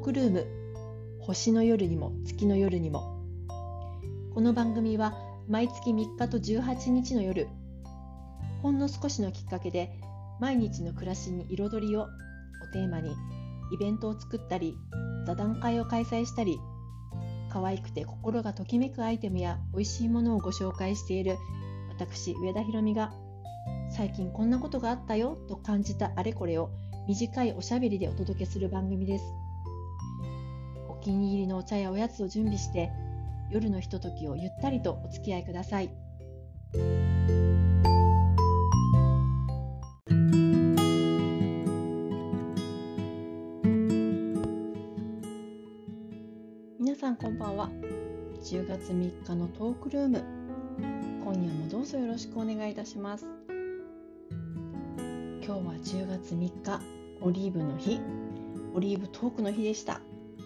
クルーム、星の夜にも月の夜にも。この番組は毎月3日と18日の夜、ほんの少しのきっかけで毎日の暮らしに彩りをテーマにイベントを作ったり、座談会を開催したり、可愛くて心がときめくアイテムや美味しいものをご紹介している私、上田ひろみが、最近こんなことがあったよと感じたあれこれを短いおしゃべりでお届けする番組です。お気に入りのお茶やおやつを準備して、夜のひとときをゆったりとお付き合いください。皆さんこんばんは。10月3日のトークルーム、今夜もどうぞよろしくお願いいたします。今日は10月3日、オリーブの日、オリーブトークの日でした。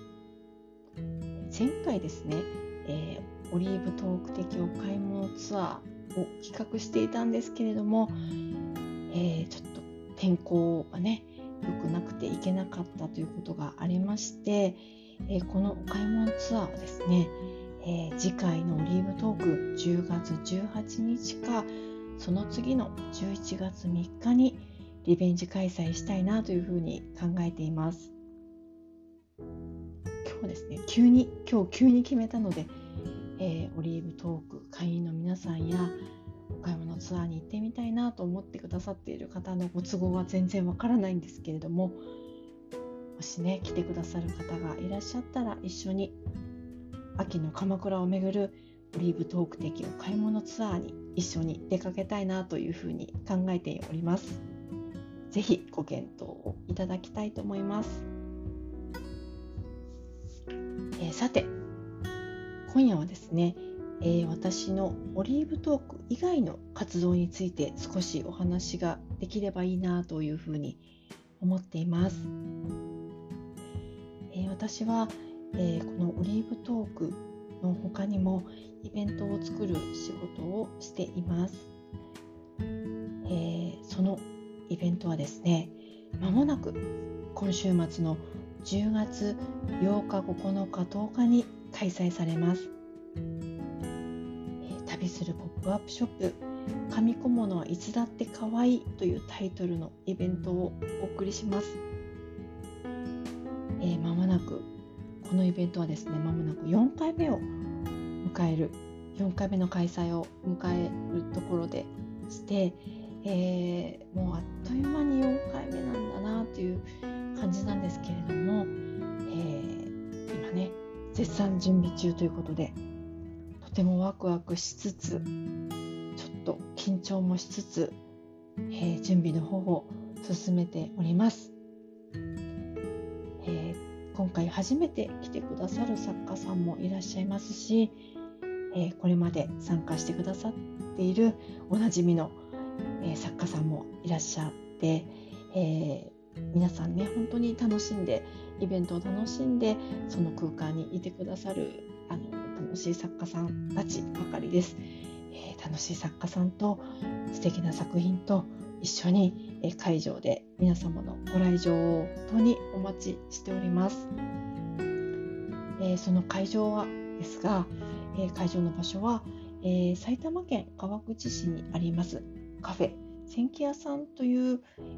前回ですね、オリーブトーク的お買い物ツアーを企画していたんですけれども、ちょっと天候がね良くなくて行けなかったということがありまして、このお買い物ツアーはですね、次回のオリーブトーク10月18日かその次の11月3日にリベンジ開催したいなというふうに考えています。今日ですね、急に決めたので、オリーブトーク会員の皆さんやお買い物ツアーに行ってみたいなと思ってくださっている方のご都合は全然わからないんですけれども、もしね来てくださる方がいらっしゃったら、一緒に秋の鎌倉を巡るオリーブトーク的お買い物ツアーに一緒に出かけたいなというふうに考えております。ぜひご検討をいただきたいと思います。さて今夜はですね、私のオリーブトーク以外の活動について少しお話ができればいいなというふうに思っています。私は、このオリーブトークの他にもイベントを作る仕事をしています。そのイベントはですね、まもなく今週末の10月8日、9日、10日に開催されます。旅するポップアップショップ、紙小物はいつだって可愛いというタイトルのイベントをお送りします。まもなくこのイベントはですね、まもなく4回目の開催を迎えるところでして、もうあっという間に4回目なんだなという感じなんですけれども、今ね絶賛準備中ということで、とてもワクワクしつつ、ちょっと緊張もしつつ、準備の方を進めております。今回初めて来てくださる作家さんもいらっしゃいますし、これまで参加してくださっているおなじみの、作家さんもいらっしゃって、皆さんね本当に楽しんで、イベントを楽しんでその空間にいてくださる楽しい作家さんたちばかりです。楽しい作家さんと素敵な作品と一緒に会場で皆様のご来場を本当にお待ちしております。その会場はですが、会場の場所は、埼玉県川口市にありますカフェ千家屋さんという、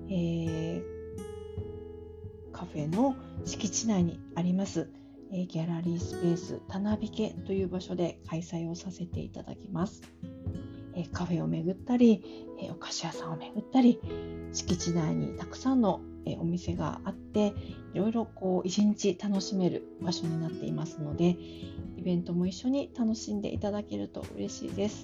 カフェの敷地内にありますギャラリースペースたなびけという場所で開催をさせていただきます。カフェを巡ったり、お菓子屋さんを巡ったり、敷地内にたくさんのお店があって、いろいろ一日楽しめる場所になっていますので、イベントも一緒に楽しんでいただけると嬉しいです。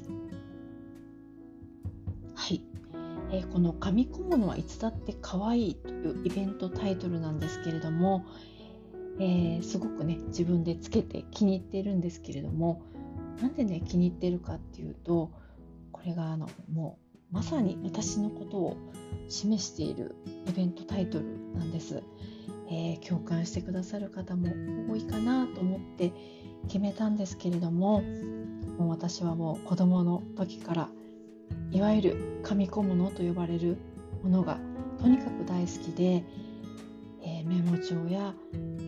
はい、この紙小物はいつだって可愛いというイベントタイトルなんですけれども、すごくね自分でつけて気に入っているんですけれども、なんでね気に入っているかっていうと、これがもうまさに私のことを示しているイベントタイトルなんです。共感してくださる方も多いかなと思って決めたんですけれども、もう私はもう子供の時からいわゆる紙小物と呼ばれるものがとにかく大好きで、メモ帳や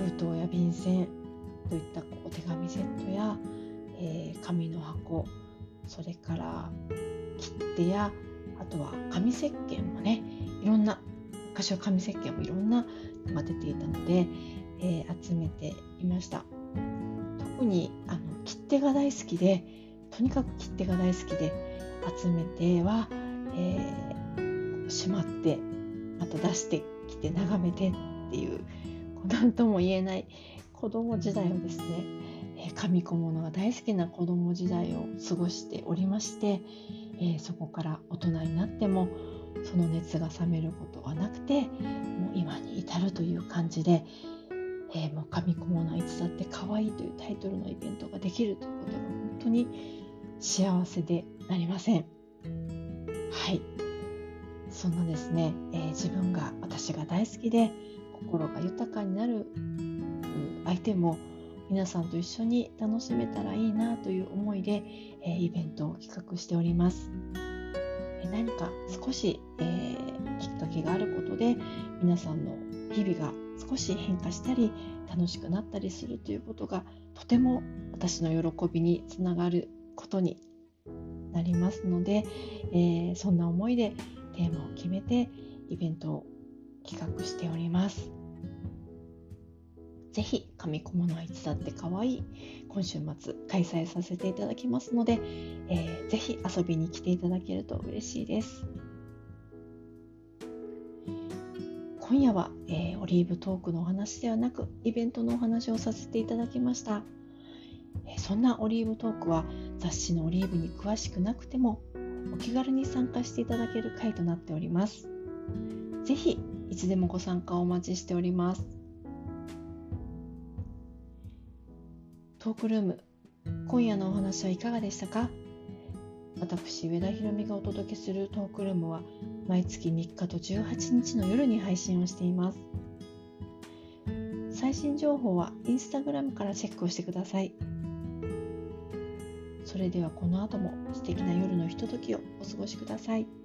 封筒や便箋といったお手紙セットや、紙の箱、それから切手や、あとは紙石鹸もね、いろんな、昔は紙石鹸もいろんなのが出ていたので、集めていました。特に切手が大好きで、とにかく切手が大好きで集めては、しまってまた出してきて眺めてっていう、何とも言えない子供時代をですね、紙小物が大好きな子供時代を過ごしておりまして、そこから大人になってもその熱が冷めることはなくて、もう今に至るという感じで、もう紙小物はいつだって可愛いというタイトルのイベントができるということが本当に幸せでなりません。はい、そんなですね、私が大好きで心が豊かになる相手も皆さんと一緒に楽しめたらいいなという思いで、イベントを企画しております。何か少し、きっかけがあることで皆さんの日々が少し変化したり楽しくなったりするということがとても私の喜びにつながることになりますので、そんな思いでテーマを決めてイベントを企画しております。ぜひ紙小物はいつだって可愛い今週末開催させていただきますので、ぜひ遊びに来ていただけると嬉しいです。今夜は、オリーブトークのお話ではなくイベントのお話をさせていただきました。そんなオリーブトークは雑誌のオリーブに詳しくなくてもお気軽に参加していただける会となっております。ぜひいつでもご参加をお待ちしております。トークルーム、今夜のお話はいかがでしたか？私、上田ひろみがお届けするトークルームは毎月3日と18日の夜に配信をしています。最新情報はインスタグラムからチェックをしてください。それではこの後も素敵な夜のひとときをお過ごしください。